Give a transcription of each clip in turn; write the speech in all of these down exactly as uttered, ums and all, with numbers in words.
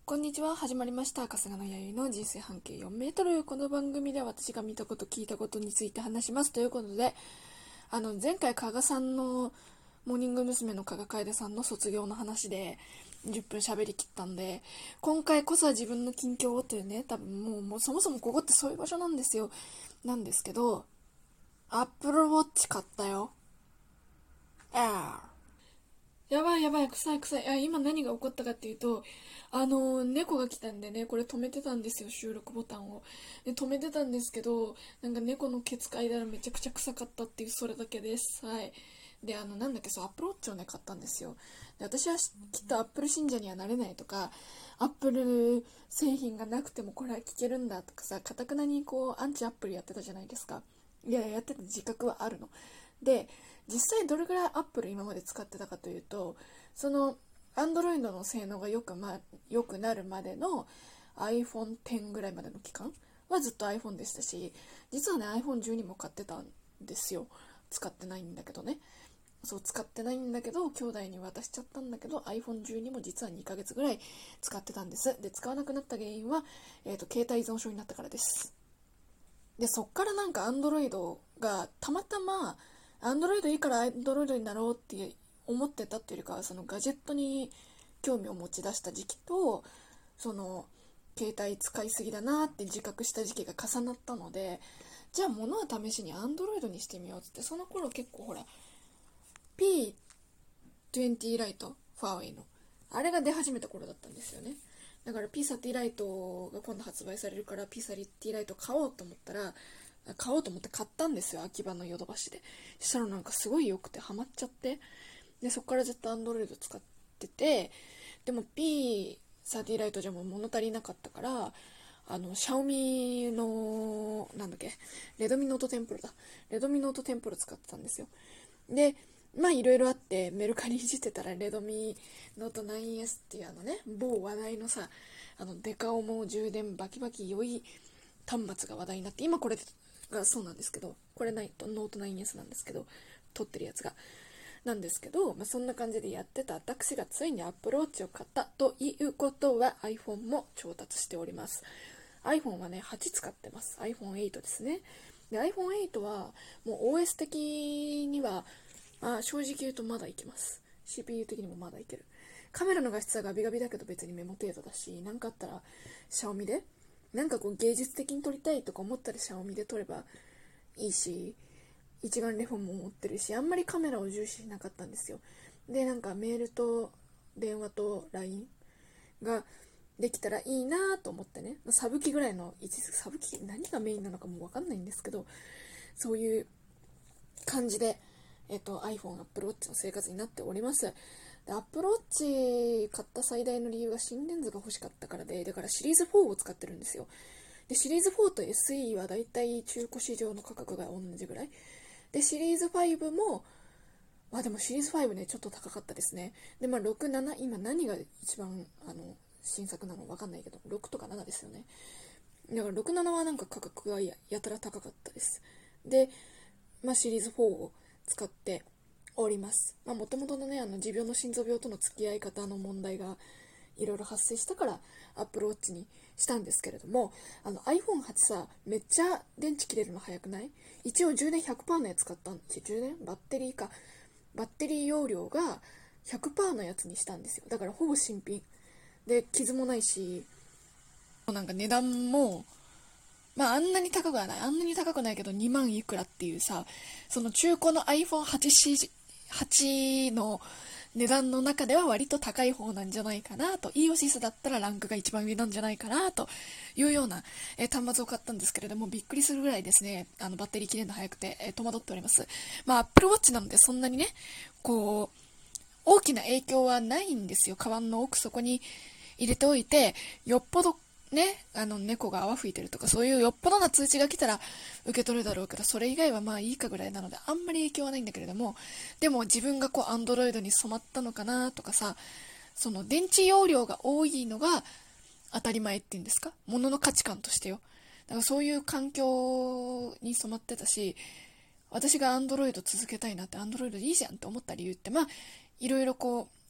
こんにちは。始まりました。春日の弥生の人生半径よんメートル。この番組では私が見たこと、聞いたことについて話します。ということで、あの、前回、加賀さんの、モーニング娘。の加賀楓さんの卒業の話で、じゅっぷん喋りきったんで、今回こそは自分の近況をというね、多分もう、もうそもそもここってそういう場所なんですよ。なんですけど、Apple Watch 買ったよ。ああ。やばいやばい、臭い臭い。あ、今何が起こったかっていうと、あのー、猫が来たんでね、これ止めてたんですよ、収録ボタンを。で、止めてたんですけど、なんか猫のケツ嗅いだらめちゃくちゃ臭かったっていう、それだけです。はい。で、あの、なんだっけ、そう、アップルウォッチをね、買ったんですよ。で、私はきっとアップル信者にはなれないとか、アップル製品がなくてもこれは聞けるんだとかさ、かたくなにこう、アンチアップルやってたじゃないですか。いや、やってた自覚はあるの。で、実際どれぐらいアップル今まで使ってたかというと、その Android の性能がよく,、ま、よくなるまでの アイフォンテン ぐらいまでの期間はずっと iPhone でしたし、実はね アイフォンじゅうに も買ってたんですよ。使ってないんだけどね。そう、使ってないんだけど兄弟に渡しちゃったんだけど アイフォンじゅうに も実はにかげつぐらい使ってたんです。で、使わなくなった原因は、えーと、携帯依存症になったからです。で、そっからなんか Android がたまたまアンドロイドいいからアンドロイドになろうって思ってたっていうよりかは、そのガジェットに興味を持ち出した時期と、その携帯使いすぎだなって自覚した時期が重なったので、じゃあ物は試しにアンドロイドにしてみようっつって、その頃結構ほら ピーにじゅう ライト、ファーウェイのあれが出始めた頃だったんですよね。だから ピーさんじゅう ライトが今度発売されるから ピーさんじゅう ライト買おうと思ったら、買おうと思って買ったんですよ、秋葉のヨドバシで。そしたらなんかすごい良くてハマっちゃって、でそこからずっと Android 使ってて、でも ピーさんじゅう ライトじゃもう物足りなかったから、あのシャオミのなんだっけ、レドミノートテンプルだレドミノートテンプル使ってたんですよ。で、まあいろいろあってメルカリいじってたら、レドミノート ナインエス っていうあのね、某話題のさ、あのデカオモ充電バキバキ良い端末が話題になって、今これがそうなんですけど、これないとノート ナインエス なんですけど、撮ってるやつがなんですけど、まあ、そんな感じでやってた私がついに Apple Watch を買ったということは iPhone も調達しております。 iPhone はねはち使ってます。 アイフォンエイト ですね。で アイフォンエイト はもう オーエス 的には、まあ、正直言うとまだいけます。 シーピーユー 的にもまだいける。カメラの画質はガビガビだけど別にメモ程度だし、何かあったらシャオミでなんかこう芸術的に撮りたいとか思ったらシャオミで撮ればいいし、一眼レフも持ってるし、あんまりカメラを重視しなかったんですよ。で、なんかメールと電話と ライン ができたらいいなと思ってね、サブ機ぐらいの位置、サブ機何がメインなのかもわかんないんですけど、そういう感じで、えっと、iPhone、Apple Watch の生活になっております。で、Apple Watch 買った最大の理由が新レンズが欲しかったからで、だからシリーズフォーを使ってるんですよ。で、シリーズフォーと エスイー はだいたい中古市場の価格が同じぐらい。で、シリーズファイブも、まあでもシリーズファイブね、ちょっと高かったですね。で、まあろく、なな、今何が一番、あの、新作なのわかんないけど、ろくとかななですよね。だからろく、ななはなんか価格が や, やたら高かったです。で、まあシリーズフォーを使っております。まあもともとのね、あの持病の心臓病との付き合い方の問題がいろいろ発生したから Apple Watch にしたんですけれども、あの アイフォンエイト さ、めっちゃ電池切れるの早くない？一応充電 ひゃくパーセント のやつ買ったんですよ。充電バッテリーか。バッテリー容量が ひゃくパーセント のやつにしたんですよ。だからほぼ新品。で、傷もないし、なんか値段も、まああんなに高くはない。あんなに高くないけどにまんいくらっていうさ、その中古の アイフォンエイトシー、はちの値段の中では割と高い方なんじゃないかなと、イーオーシスだったらランクが一番上なんじゃないかなというような、えー端末を買ったんですけれども、びっくりするぐらいですね、あのバッテリー切れるの早くて、えー戸惑っております。まあ Apple Watch なのでそんなにね、こう大きな影響はないんですよ。カバンの奥底に入れておいて、よっぽどね、あの猫が泡吹いてるとかそういうよっぽどな通知が来たら受け取るだろうけど、それ以外はまあいいかぐらいなのであんまり影響はないんだけれども、でも自分がこうアンドロイドに染まったのかなとかさ、その電池容量が多いのが当たり前っていうんですか、ものの価値観としてよ。だからそういう環境に染まってたし、私がアンドロイド続けたいなって、アンドロイドいいじゃんって思った理由って、まあいろいろこう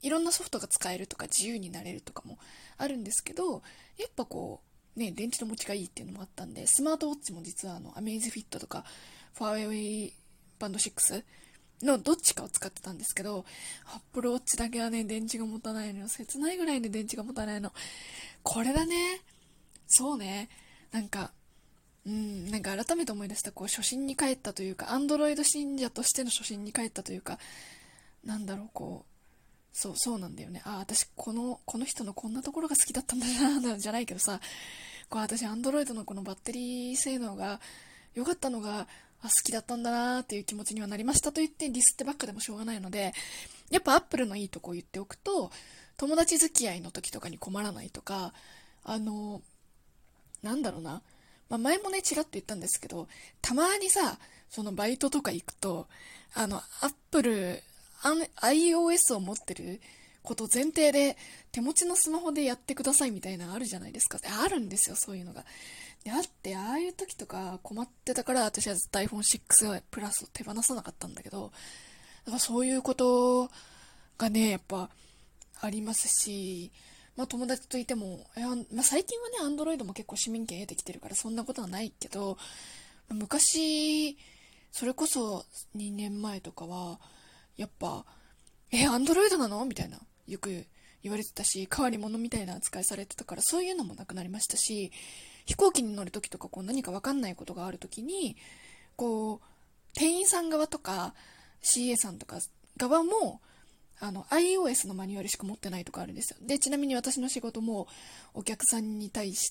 いろんなソフトが使えるとか自由になれるとかもあるんですけど、やっぱこうね、電池の持ちがいいっていうのもあったんで、スマートウォッチも実はあのアメイズフィットとかファーウェイバンドシックスのどっちかを使ってたんですけど、アップルウォッチだけはね、電池が持たないのよ。切ないぐらいで電池が持たないの。これだね。そうね。なんか、うん、なんか改めて思い出した、こう、初心に帰ったというか、アンドロイド信者としての初心に帰ったというか、なんだろう、こう、そう、そうなんだよね。あ、私、この、この人のこんなところが好きだったんだな、じゃないけどさ、こう、私、アンドロイドのこのバッテリー性能が良かったのが、あ、好きだったんだなっていう気持ちにはなりましたと言ってディスってばっかでもしょうがないので、やっぱアップルのいいとこを言っておくと、友達付き合いの時とかに困らないとか、あの、なんだろうな、まあ、前もね、ちらっと言ったんですけど、たまにさ、そのバイトとか行くと、あの、アップル、iOS を持ってること前提で、手持ちのスマホでやってくださいみたいなのあるじゃないですか。あるんですよ、そういうのが。で、あって、ああいう時とか困ってたから、私はずっと アイフォンシックス プラスを手放さなかったんだけど、だからそういうことがね、やっぱありますし、まあ友達といても、いや、まあ、最近はね、アンドロイドも結構市民権得てきてるからそんなことはないけど、昔、それこそにねんまえとかは、やっぱ、え、アンドロイドなのみたいな、よく言われてたし、変わり者みたいな扱いされてたから、そういうのもなくなりましたし、飛行機に乗るときとか、こう何かわかんないことがあるときに、こう、店員さん側とか、シーエー さんとか側も、あの、iOS のマニュアルしか持ってないとかあるんですよ。で、ちなみに私の仕事も、お客さんに対して、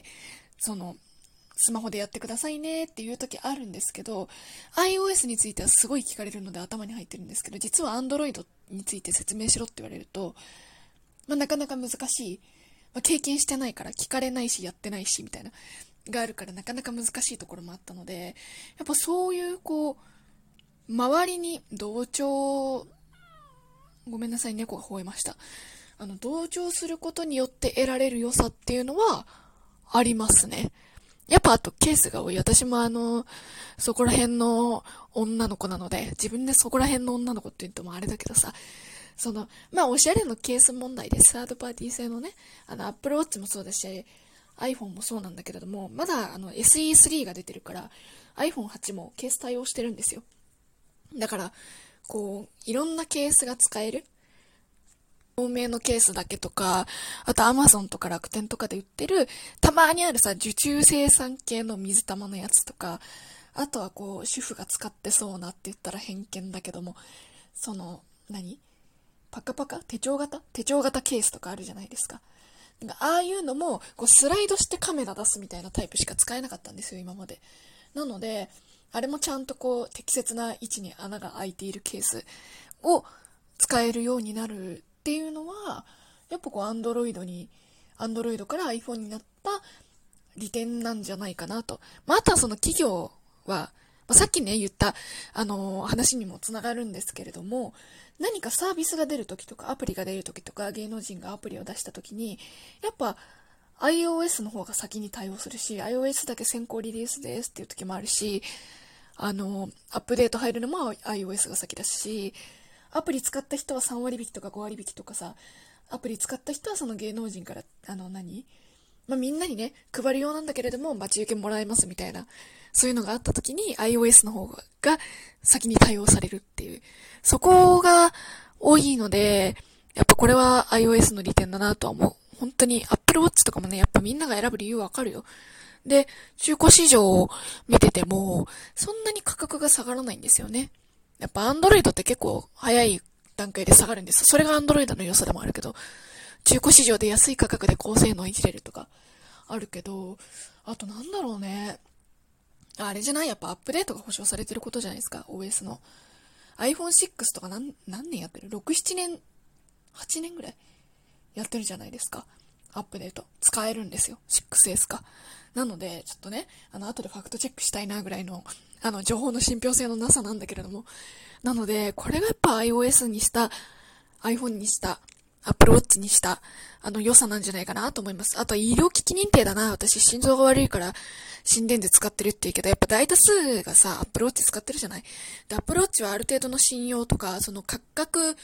その、スマホでやってくださいねっていう時あるんですけど、iOS についてはすごい聞かれるので頭に入ってるんですけど、実は Android について説明しろって言われると、まあ、なかなか難しい。まあ、経験してないから聞かれないしやってないしみたいな、があるからなかなか難しいところもあったので、やっぱそういうこう、周りに同調、ごめんなさい、猫が吠えました。あの、同調することによって得られる良さっていうのはありますね。やっぱあとケースが多い。私もあの、そこら辺の女の子なので、自分でそこら辺の女の子って言ってもあれだけどさ、その、まあおしゃれのケース問題で、サードパーティー製のね、あの、Apple Watch もそうだし、iPhone もそうなんだけれども、まだあの エスイースリー が出てるから、アイフォンエイト もケース対応してるんですよ。だから、こう、いろんなケースが使える。透明のケースだけとか、あと Amazon とか楽天とかで売ってる、たまにあるさ、受注生産系の水玉のやつとか、あとはこう、主婦が使ってそうなって言ったら偏見だけども、その、何パカパカ手帳型手帳型ケースとかあるじゃないですか。なんかああいうのも、こう、スライドしてカメラ出すみたいなタイプしか使えなかったんですよ、今まで。なので、あれもちゃんとこう、適切な位置に穴が開いているケースを使えるようになるっていうのは、やっぱこう、アンドロイドに、アンドロイドから iPhone になった利点なんじゃないかなと。まあ、あとはその企業は、まあ、さっきね、言った、あのー、話にもつながるんですけれども、何かサービスが出るときとか、アプリが出るときとか、芸能人がアプリを出したときに、やっぱ、iOS の方が先に対応するし、iOS だけ先行リリースですっていう時もあるし、あの、アップデート入るのも iOS が先だし、アプリ使った人はさんわり引きとかごわり引きとかさ、アプリ使った人はその芸能人から、あの何まあ、みんなにね、配るようなんだけれども、待ち受けもらえますみたいな、そういうのがあった時に iOS の方が先に対応されるっていう、そこが多いので、やっぱこれは iOS の利点だなとは思う。本当に Apple Watch とかもね、やっぱみんなが選ぶ理由わかるよ。で、中古市場を見てても、そんなに価格が下がらないんですよね。やっぱ Android って結構早い段階で下がるんです。それが Android の良さでもあるけど、中古市場で安い価格で高性能いじれるとかあるけど、あとなんだろうね。あれじゃないやっぱアップデートが保証されてることじゃないですか、オーエス の。アイフォンシックス とか何、何年やってる ?ろく、ななねん、はちねんぐらいやってるじゃないですか。アップデート。使えるんですよ。シックスエス か。なので、ちょっとね、あの、後でファクトチェックしたいなぐらいの、あの、情報の信憑性のなさなんだけれども。なので、これがやっぱ iOS にした、iPhone にした、Apple Watch にした、あの、良さなんじゃないかなと思います。あと、医療機器認定だな。私、心臓が悪いから、心電図使ってるって言うけど、やっぱ大多数がさ、Apple Watch 使ってるじゃない。で、Apple Watch はある程度の信用とか、その、価格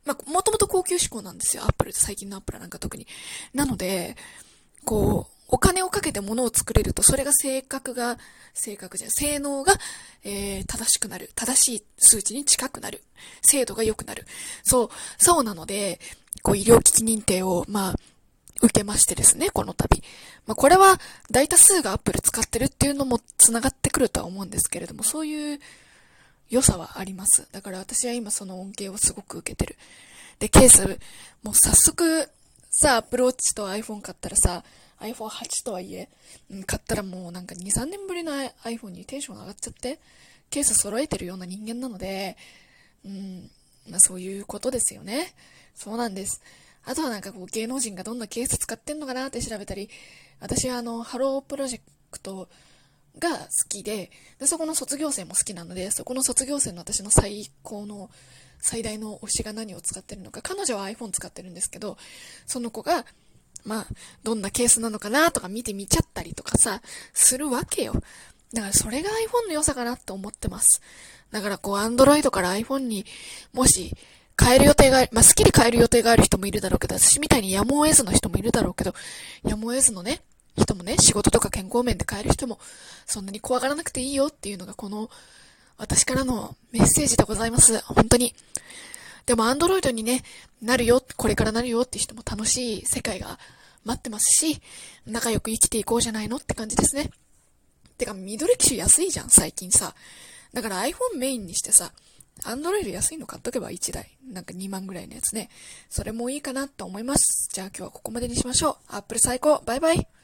まあ、もともと高級志向なんですよ、アップルって。最近のアップルなんか特に。なので、こう、お金をかけて物を作れると、それが性格が、性格じゃない、性能が、えー、正しくなる。正しい数値に近くなる。精度が良くなる。そう、そうなので、こう、医療機器認定を、まあ、受けましてですね、この度。まあ、これは、大多数がアップル使ってるっていうのも繋がってくるとは思うんですけれども、そういう良さはあります。だから私は今その恩恵をすごく受けてる。で、ケース、もう早速、さ、Apple Watch と iPhone 買ったらさ、アイフォンエイト とはいえ、うん、買ったらもうなんかに、さんねんぶりの iPhone にテンション上がっちゃって、ケース揃えてるような人間なので、うん、まあそういうことですよね。そうなんです。あとはなんかこう芸能人がどんなケース使ってんのかなって調べたり、私はあの、ハロープロジェクトが好きで、で、そこの卒業生も好きなので、そこの卒業生の私の最高の、最大の推しが何を使ってるのか、彼女は iPhone 使ってるんですけど、その子が、まあ、どんなケースなのかなとか見てみちゃったりとかさ、するわけよ。だからそれが iPhone の良さかなって思ってます。だからこう、Android から iPhone にもし変える予定がある、まあ好きで変える予定がある人もいるだろうけど、私みたいにやむを得ずの人もいるだろうけど、やむを得ずのね、人もね、仕事とか健康面で変える人も、そんなに怖がらなくていいよっていうのがこの、私からのメッセージでございます。本当に。でも、アンドロイドにね、なるよ、これからなるよって人も楽しい世界が待ってますし、仲良く生きていこうじゃないのって感じですね。てか、ミドル機種安いじゃん、最近さ。だから iPhone メインにしてさ、アンドロイド安いの買っとけばいちだい。なんかにまんぐらいのやつね。それもいいかなと思います。じゃあ今日はここまでにしましょう。Apple 最高。バイバイ。